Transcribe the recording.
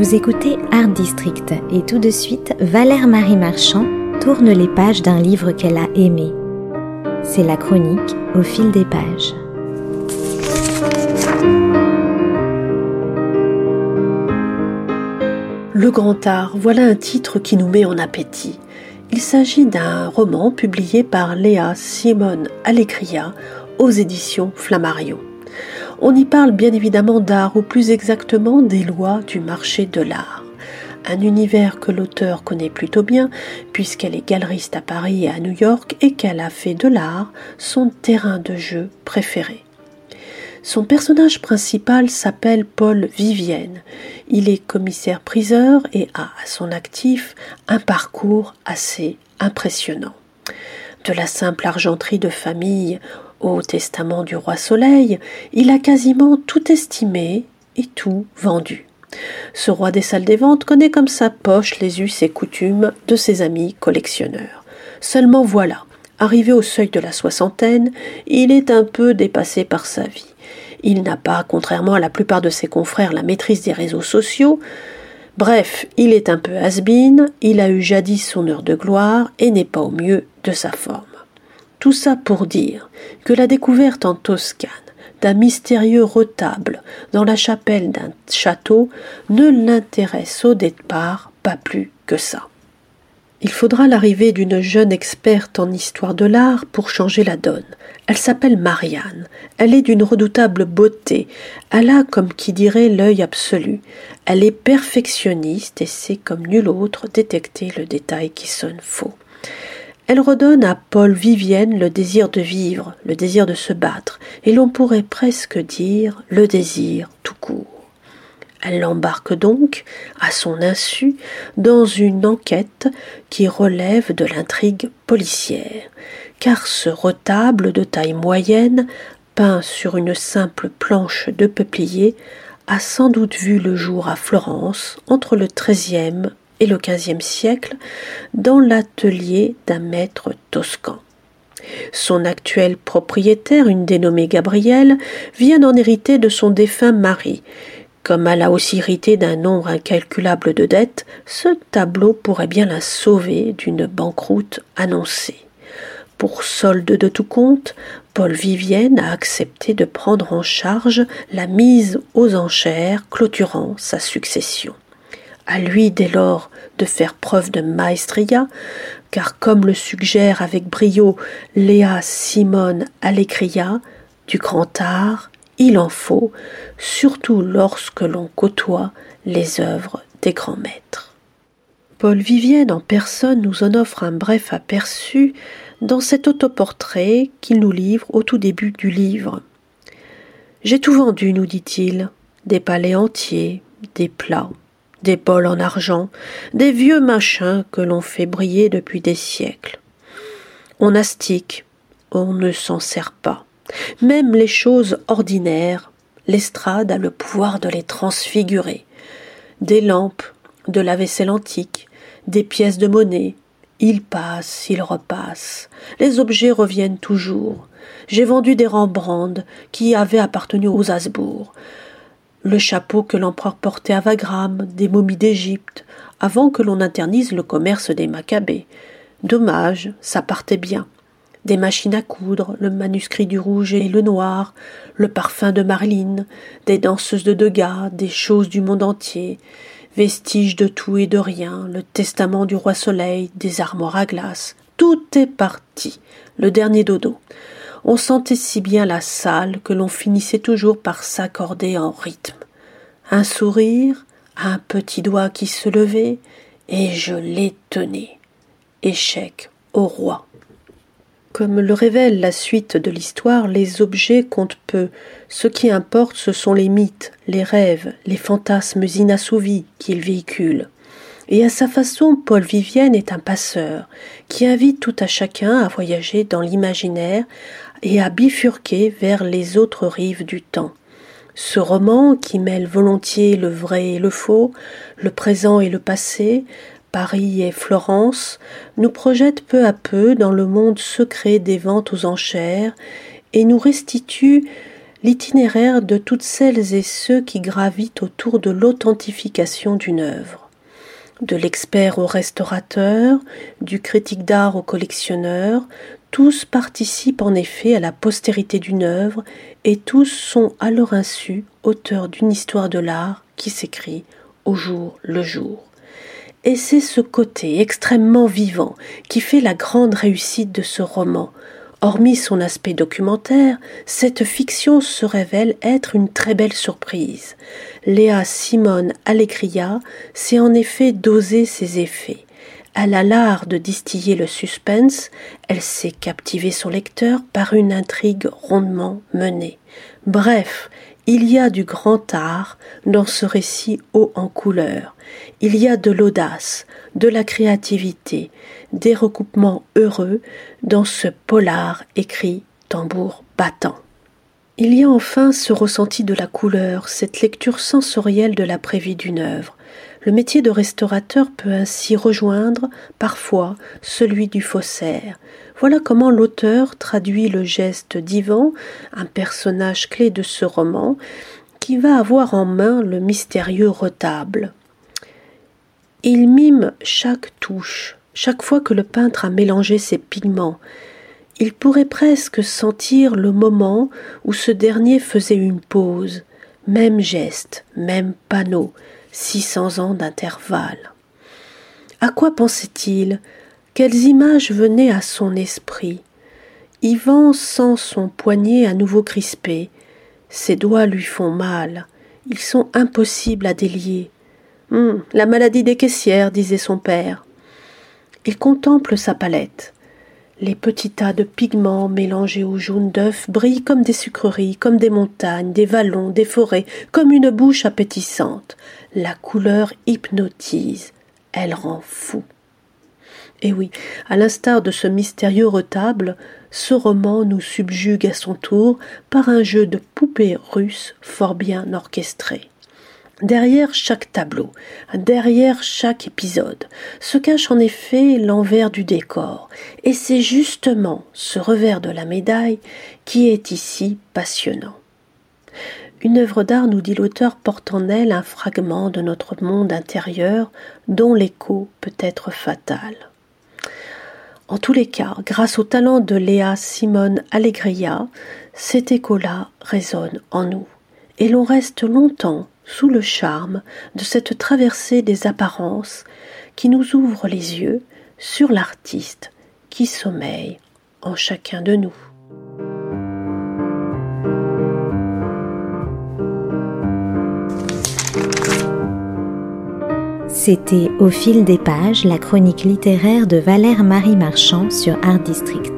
Vous écoutez Art District et tout de suite, Valère-Marie Marchand tourne les pages d'un livre qu'elle a aimé. C'est la chronique Au fil des pages. Le grand art, voilà un titre qui nous met en appétit. Il s'agit d'un roman publié par Léa Simone Alecria aux éditions Flammarion. On y parle bien évidemment d'art, ou plus exactement des lois du marché de l'art. Un univers que l'auteur connaît plutôt bien, puisqu'elle est galeriste à Paris et à New York et qu'elle a fait de l'art son terrain de jeu préféré. Son personnage principal s'appelle Paul Vivienne. Il est commissaire-priseur et a à son actif un parcours assez impressionnant. De la simple argenterie de famille au testament du roi Soleil, il a quasiment tout estimé et tout vendu. Ce roi des salles des ventes connaît comme sa poche les us et coutumes de ses amis collectionneurs. Seulement voilà, arrivé au seuil de la soixantaine, il est un peu dépassé par sa vie. Il n'a pas, contrairement à la plupart de ses confrères, la maîtrise des réseaux sociaux. Bref, il est un peu has-been, il a eu jadis son heure de gloire et n'est pas au mieux de sa forme. Tout ça pour dire que la découverte en Toscane d'un mystérieux retable dans la chapelle d'un château ne l'intéresse au départ pas plus que ça. Il faudra l'arrivée d'une jeune experte en histoire de l'art pour changer la donne. Elle s'appelle Marianne. Elle est d'une redoutable beauté. Elle a, comme qui dirait, l'œil absolu. Elle est perfectionniste et sait comme nul autre détecter le détail qui sonne faux. Elle redonne à Paul Vivienne le désir de vivre, le désir de se battre, et l'on pourrait presque dire le désir tout court. Elle l'embarque donc, à son insu, dans une enquête qui relève de l'intrigue policière, car ce retable de taille moyenne, peint sur une simple planche de peuplier, a sans doute vu le jour à Florence, entre le XIIIe et le XVe siècle, dans l'atelier d'un maître toscan. Son actuel propriétaire, une dénommée Gabrielle, vient d'en hériter de son défunt mari. Comme elle a aussi hérité d'un nombre incalculable de dettes, ce tableau pourrait bien la sauver d'une banqueroute annoncée. Pour solde de tout compte, Paul Vivienne a accepté de prendre en charge la mise aux enchères clôturant sa succession. À lui dès lors de faire preuve de maestria, car comme le suggère avec brio Léa Simone Alecria, du grand art, il en faut, surtout lorsque l'on côtoie les œuvres des grands maîtres. Paul Vivienne en personne nous en offre un bref aperçu dans cet autoportrait qu'il nous livre au tout début du livre. « J'ai tout vendu, nous dit-il, des palais entiers, des plats, des bols en argent, des vieux machins que l'on fait briller depuis des siècles. On astique, on ne s'en sert pas. Même les choses ordinaires, l'estrade a le pouvoir de les transfigurer. Des lampes, de la vaisselle antique, des pièces de monnaie, ils passent, ils repassent. Les objets reviennent toujours. J'ai vendu des Rembrandt qui avaient appartenu aux Habsbourg. Le chapeau que l'empereur portait à Wagram, des momies d'Égypte, avant que l'on interdise le commerce des Maccabées. Dommage, ça partait bien. Des machines à coudre, le manuscrit du rouge et le noir, le parfum de Marilyn, des danseuses de Degas, des choses du monde entier, vestiges de tout et de rien, le testament du roi Soleil, des armoires à glace. Tout est parti, le dernier dodo. On sentait si bien la salle que l'on finissait toujours par s'accorder en rythme. Un sourire, un petit doigt qui se levait, et je les tenais. Échec au roi. Comme le révèle la suite de l'histoire, les objets comptent peu. Ce qui importe, ce sont les mythes, les rêves, les fantasmes inassouvis qu'ils véhiculent. Et à sa façon, Paul Vivienne est un passeur qui invite tout à chacun à voyager dans l'imaginaire et à bifurquer vers les autres rives du temps. Ce roman, qui mêle volontiers le vrai et le faux, le présent et le passé, Paris et Florence, nous projette peu à peu dans le monde secret des ventes aux enchères et nous restitue l'itinéraire de toutes celles et ceux qui gravitent autour de l'authentification d'une œuvre. De l'expert au restaurateur, du critique d'art au collectionneur, tous participent en effet à la postérité d'une œuvre et tous sont à leur insu auteurs d'une histoire de l'art qui s'écrit au jour le jour. Et c'est ce côté extrêmement vivant qui fait la grande réussite de ce roman. Hormis son aspect documentaire, cette fiction se révèle être une très belle surprise. Léa Simone Allegria sait en effet doser ses effets. Elle a l'art de distiller le suspense, elle sait captiver son lecteur par une intrigue rondement menée. Bref, il y a du grand art dans ce récit haut en couleurs. Il y a de l'audace, de la créativité, des recoupements heureux dans ce polar écrit tambour battant. Il y a enfin ce ressenti de la couleur, cette lecture sensorielle de l'après-vie d'une œuvre. Le métier de restaurateur peut ainsi rejoindre, parfois, celui du faussaire. Voilà comment l'auteur traduit le geste d'Ivan, un personnage clé de ce roman, qui va avoir en main le mystérieux retable. Il mime chaque touche, chaque fois que le peintre a mélangé ses pigments. Il pourrait presque sentir le moment où ce dernier faisait une pause. Même geste, même panneau, 600 ans d'intervalle. À quoi pensait-il ? Quelles images venaient à son esprit ? Ivan sent son poignet à nouveau crispé. Ses doigts lui font mal. Ils sont impossibles à délier. La maladie des caissières, disait son père. Il contemple sa palette. Les petits tas de pigments mélangés au jaune d'œuf brillent comme des sucreries, comme des montagnes, des vallons, des forêts, comme une bouche appétissante. La couleur hypnotise, elle rend fou. Et oui, à l'instar de ce mystérieux retable, ce roman nous subjugue à son tour par un jeu de poupées russes fort bien orchestré. Derrière chaque tableau, derrière chaque épisode, se cache en effet l'envers du décor, et c'est justement ce revers de la médaille qui est ici passionnant. Une œuvre d'art, nous dit l'auteur, porte en elle un fragment de notre monde intérieur dont l'écho peut être fatal. En tous les cas, grâce au talent de Léa Simone Allegria, cet écho-là résonne en nous, et l'on reste longtemps sous le charme de cette traversée des apparences qui nous ouvre les yeux sur l'artiste qui sommeille en chacun de nous. C'était Au fil des pages, la chronique littéraire de Valère Marie Marchand sur Art District.